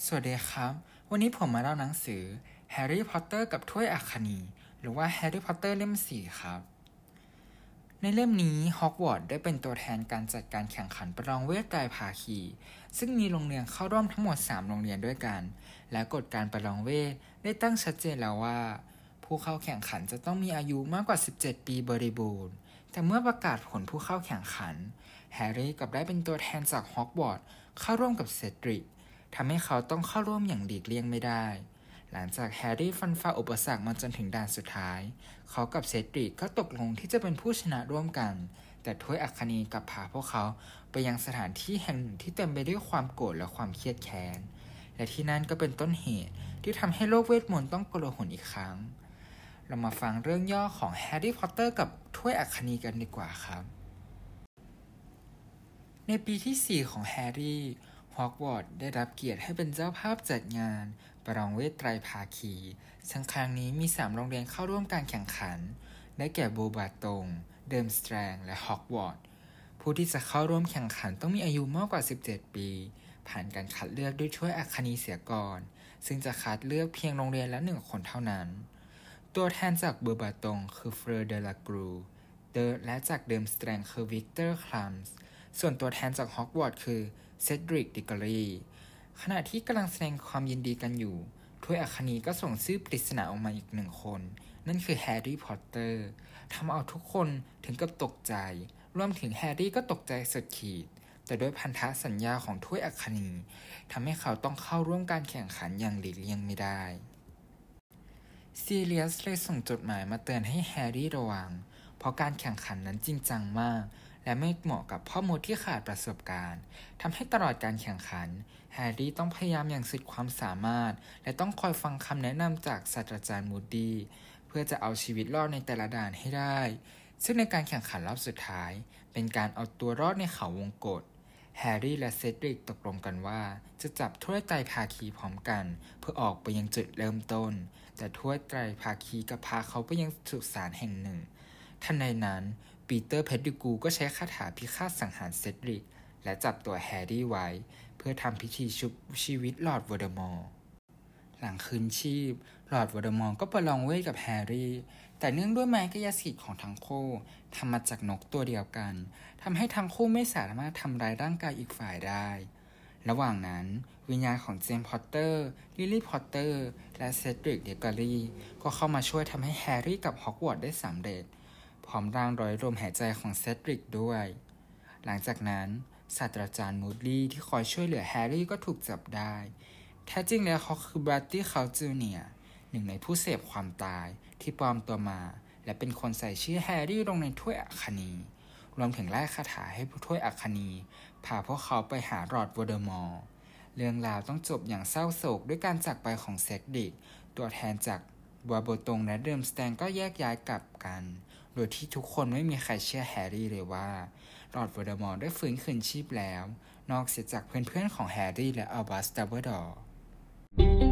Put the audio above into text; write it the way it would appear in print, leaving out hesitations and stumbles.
วัสดีครับวันนี้ผมมาเล่าหนังสือแฮร์รี่พอตเตอร์กับถ้วยอัคนีหรือว่าแฮร์รี่พอตเตอร์เล่ม4ครับในเล่มนี้ฮอกวอตส์ได้เป็นตัวแทนการจัดการแข่งขันประลองเวทไตรภาคีซึ่งมีโรงเรียนเข้าร่วมทั้งหมด3โรงเรียนด้วยกันและกฎการประลองเวทได้ตั้งชัดเจนแล้วว่าผู้เข้าแข่งขันจะต้องมีอายุมากกว่า17ปีบริบูรณ์แต่เมื่อประกาศผลผู้เข้าแข่งขันแฮร์รี่กลับได้เป็นตัวแทนจากฮอกวอตส์เข้าร่วมกับเซดริกทำให้เขาต้องเข้าร่วมอย่างหลีกเลี่ยงไม่ได้หลังจากแฮร์รี่ฟันฝ่าอุปสรรคมาจนถึงด่านสุดท้ายเขากับเซดริกก็ตกลงที่จะเป็นผู้ชนะร่วมกันแต่ถ้วยอัคนีกลับพาพวกเขาไปยังสถานที่แห่งหนึ่งที่เต็มไปด้วยความโกรธและความเครียดแค้นและที่นั่นก็เป็นต้นเหตุที่ทำให้โลกเวทมนต์ต้องโกลาหลอีกครั้งเรามาฟังเรื่องย่อของแฮร์รี่พอตเตอร์กับถ้วยอัคนีกันดีกว่าครับในปีที่4ของแฮร์รี่ฮอกวอตส์ได้รับเกียรติให้เป็นเจ้าภาพจัดงานประลองเวทไตรภาคีซึ่งครั้งนี้มี3โรงเรียนเข้าร่วมการแข่งขันได้แก่บูบาตงเดิมสแตรงและฮอกวอตส์ผู้ที่จะเข้าร่วมแข่งขันต้องมีอายุมากกว่า17ปีผ่านการคัดเลือกด้วยถ้วยอัคนีเสียก่อนซึ่งจะคัดเลือกเพียงโรงเรียนละ1คนเท่านั้นตัวแทนจากบูบาตงคือเฟรเดลากรูและจากเดิมสแตรงคือวิกเตอร์คลัมส์ส่วนตัวแทนจากฮอกวอตส์คือเซดริกดิกอรีขณะที่กำลังแสดงความยินดีกันอยู่ถ้วยอัคนีก็ส่งชื่อปริศนาออกมาอีก1คนนั่นคือแฮร์รี่พอตเตอร์ทำเอาทุกคนถึงกับตกใจรวมถึงแฮร์รี่ก็ตกใจสุดขีดแต่ด้วยพันธสัญญาของถ้วยอัคนีทำให้เขาต้องเข้าร่วมการแข่งขันอย่างหลีกเลี่ยงไม่ได้ซีเรียสเลยส่งจดหมายมาเตือนให้แฮร์รี่ระวังเพราะการแข่งขันนั้นจริงจังมากและไม่เหมาะกับพ่อมดที่ขาดประสบการณ์ทำให้ตลอดการแข่งขันแฮร์รี่ต้องพยายามอย่างสุดความสามารถและต้องคอยฟังคำแนะนำจากศาสตราจารย์มูดดี้เพื่อจะเอาชีวิตรอดในแต่ละด่านให้ได้ซึ่งในการแข่งขันรอบสุดท้ายเป็นการเอาตัวรอดในเขาวงกตแฮร์รี่และเซดริกตกลงกันว่าจะจับถ้วยไตรภาคีพร้อมกันเพื่อออกไปยังจุดเริ่มต้นแต่ถ้วยไตรภาคีก็พาเขาไปยังสุสานแห่งหนึ่งทันใดนั้นปีเตอร์เพดดิกูก็ใช้คาถาพิฆาตสังหารเซดริกและจับตัวแฮร์รี่ไว้เพื่อทำพิธีชุบชีวิตลอร์ดวอลเดอมอร์หลังคืนชีพลอร์ดวอลเดอมอร์ก็ประลองเวทกับแฮร์รี่แต่เนื่องด้วยไม้กายสิทธิ์ของทั้งคู่ทำมาจากนกตัวเดียวกันทำให้ทั้งคู่ไม่สามารถทำร้ายร่างกายอีกฝ่ายได้ระหว่างนั้นวิญญาณของเจมส์พอตเตอร์ลิลลี่พอตเตอร์และเซดริกเดกอรีก็เข้ามาช่วยทำให้แฮร์รี่กับฮอกวอตส์ได้สำเร็จพร้อมร่างร้อยลมหายใจของเซดริกด้วยหลังจากนั้นศาสตราจารย์มูดลี่ที่คอยช่วยเหลือแฮร์รี่ก็ถูกจับได้แท้จริงแล้วเขาคือบรัตตี้เขาจูเนียร์หนึ่งในผู้เสพความตายที่ปลอมตัวมาและเป็นคนใส่ชื่อแฮร์รี่ลงในถ้วยอัคนีรวมถึงไล่คาถาให้ผู้ถ้วยอัคนีพาพวกเขาไปหาลอร์ดวอลเดอมอร์เรื่องราวต้องจบอย่างเศร้าโศกด้วยการจากไปของเซดริกตัวแทนจากบัวโบตงและเดิมสแตนก็แยกย้ายกลับกันโดยที่ทุกคนไม่มีใครเชื่อแฮร์รี่เลยว่าลอร์ดวอลเดอมอร์ได้ฟื้นคืนชีพแล้วนอกเสียจากเพื่อนๆของแฮร์รี่และอัลบัสดัมเบิลดอร์